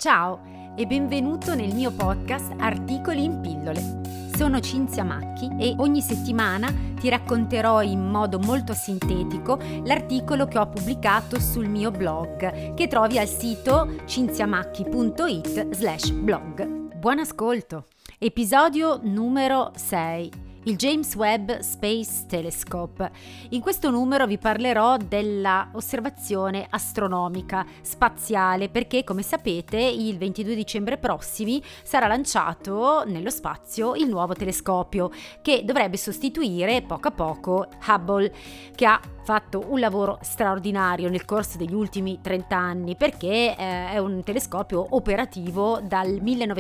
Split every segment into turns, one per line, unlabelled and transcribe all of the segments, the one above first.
Ciao e benvenuto nel mio podcast Articoli in pillole. Sono Cinzia Macchi e ogni settimana ti racconterò in modo molto sintetico l'articolo che ho pubblicato sul mio blog, che trovi al sito cinziamacchi.it/blog. Buon ascolto! Episodio numero 6. Il James Webb Space Telescope. In questo numero vi parlerò della osservazione astronomica spaziale perché, come sapete, il 22 dicembre prossimi sarà lanciato nello spazio il nuovo telescopio che dovrebbe sostituire poco a poco Hubble, che ha fatto un lavoro straordinario nel corso degli ultimi 30 anni perché è un telescopio operativo dal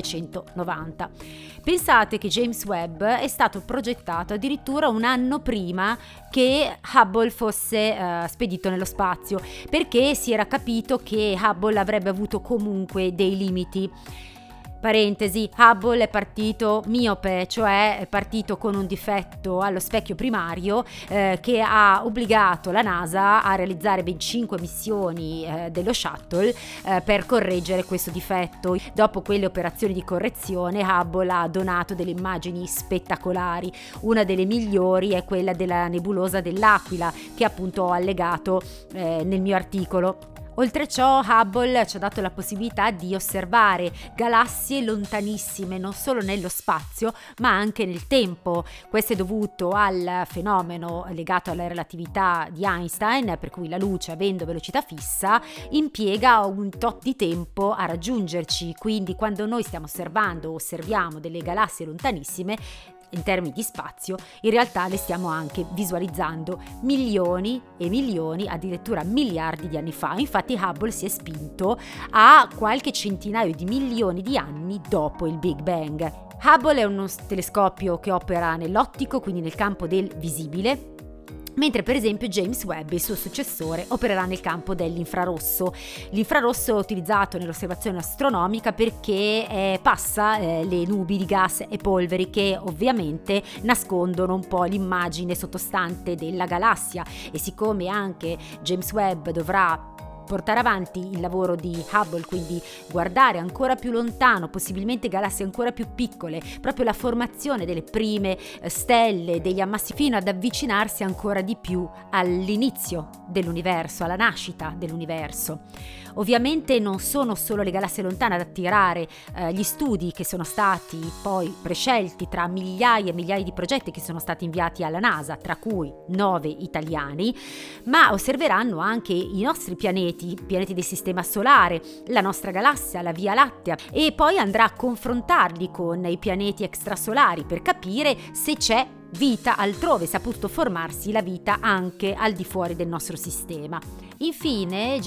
1990. Pensate che James Webb è stato progettato addirittura un anno prima che Hubble fosse spedito nello spazio, perché si era capito che Hubble avrebbe avuto comunque dei limiti. Parentesi, Hubble è partito miope, cioè è partito con un difetto allo specchio primario che ha obbligato la NASA a realizzare ben 5 missioni dello shuttle per correggere questo difetto. Dopo quelle operazioni di correzione, Hubble ha donato delle immagini spettacolari. Una delle migliori è quella della nebulosa dell'Aquila, che appunto ho allegato nel mio articolo. Oltre a ciò, Hubble ci ha dato la possibilità di osservare galassie lontanissime non solo nello spazio ma anche nel tempo. Questo è dovuto al fenomeno legato alla relatività di Einstein, per cui la luce, avendo velocità fissa, impiega un tot di tempo a raggiungerci. Quindi quando noi stiamo osserviamo delle galassie lontanissime in termini di spazio, in realtà le stiamo anche visualizzando milioni e milioni, addirittura miliardi di anni fa. Infatti Hubble si è spinto a qualche centinaio di milioni di anni dopo il Big Bang. Hubble è uno telescopio che opera nell'ottico, quindi nel campo del visibile, mentre per esempio James Webb, il suo successore, opererà nel campo dell'infrarosso. L'infrarosso è utilizzato nell'osservazione astronomica perché passa le nubi di gas e polveri che ovviamente nascondono un po' l'immagine sottostante della galassia, e siccome anche James Webb dovrà portare avanti il lavoro di Hubble, quindi guardare ancora più lontano, possibilmente galassie ancora più piccole, proprio la formazione delle prime stelle, degli ammassi, fino ad avvicinarsi ancora di più all'inizio dell'universo, alla nascita dell'universo. Ovviamente non sono solo le galassie lontane ad attirare gli studi che sono stati poi prescelti tra migliaia e migliaia di progetti che sono stati inviati alla NASA, tra cui 9 italiani, ma osserveranno anche i nostri pianeti del sistema solare, la nostra galassia, la Via Lattea, e poi andrà a confrontarli con i pianeti extrasolari per capire se c'è vita altrove, se ha potuto formarsi la vita anche al di fuori del nostro sistema. Infine,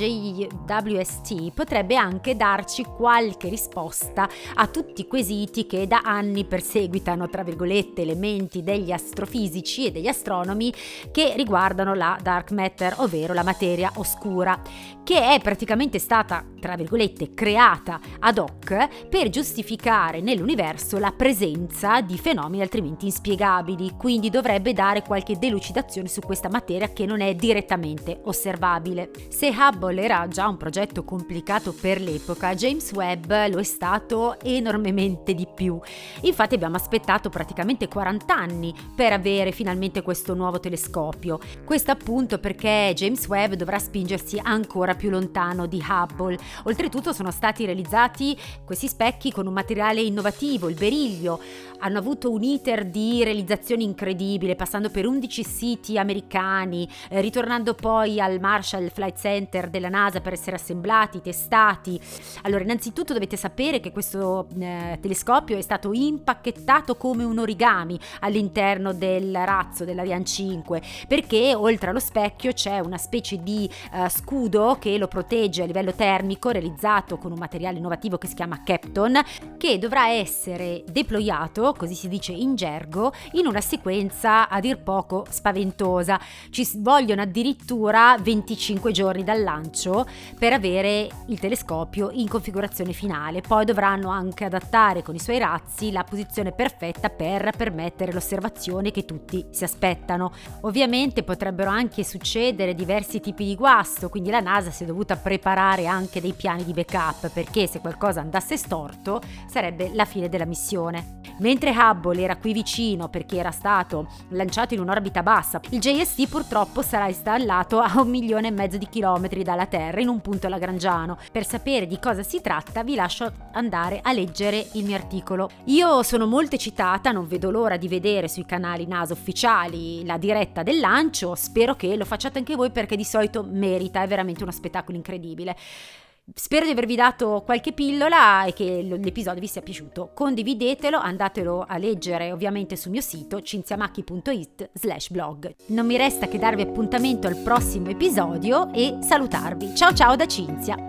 JWST potrebbe anche darci qualche risposta a tutti i quesiti che da anni perseguitano, tra virgolette, le menti degli astrofisici e degli astronomi che riguardano la dark matter, ovvero la materia oscura, che è praticamente stata, tra virgolette, creata ad hoc per giustificare nell'universo la presenza di fenomeni altrimenti inspiegabili. Quindi dovrebbe dare qualche delucidazione su questa materia che non è direttamente osservabile. Se Hubble era già un progetto complicato per l'epoca, James Webb lo è stato enormemente di più. Infatti abbiamo aspettato praticamente 40 anni per avere finalmente questo nuovo telescopio. Questo appunto perché James Webb dovrà spingersi ancora più lontano di Hubble. Oltretutto sono stati realizzati questi specchi con un materiale innovativo, il berillio. Hanno avuto un iter di realizzazione incredibile, passando per 11 siti americani, ritornando poi al Marshall Flight Center della NASA per essere assemblati, testati. Allora, innanzitutto dovete sapere che questo telescopio è stato impacchettato come un origami all'interno del razzo dell'Ariane 5, perché oltre allo specchio c'è una specie di scudo che lo protegge a livello termico, realizzato con un materiale innovativo che si chiama Kapton, che dovrà essere deployato, così si dice in gergo, in una sequenza a dir poco spaventosa. Ci vogliono addirittura 25 5 giorni dal lancio per avere il telescopio in configurazione finale. Poi dovranno anche adattare con i suoi razzi la posizione perfetta per permettere l'osservazione che tutti si aspettano. Ovviamente potrebbero anche succedere diversi tipi di guasto, quindi la NASA si è dovuta preparare anche dei piani di backup, perché se qualcosa andasse storto sarebbe la fine della missione. Mentre Hubble era qui vicino perché era stato lanciato in un'orbita bassa, il JST purtroppo sarà installato a 1,5 milioni di chilometri dalla Terra, in un punto lagrangiano. Per sapere di cosa si tratta vi lascio andare a leggere il mio articolo. Io sono molto eccitata, non vedo l'ora di vedere sui canali NASA ufficiali la diretta del lancio, spero che lo facciate anche voi perché di solito merita, è veramente uno spettacolo incredibile. Spero di avervi dato qualche pillola e che l'episodio vi sia piaciuto. Condividetelo, andatelo a leggere ovviamente sul mio sito cinziamacchi.it/blog. Non mi resta che darvi appuntamento al prossimo episodio e salutarvi. Ciao ciao da Cinzia!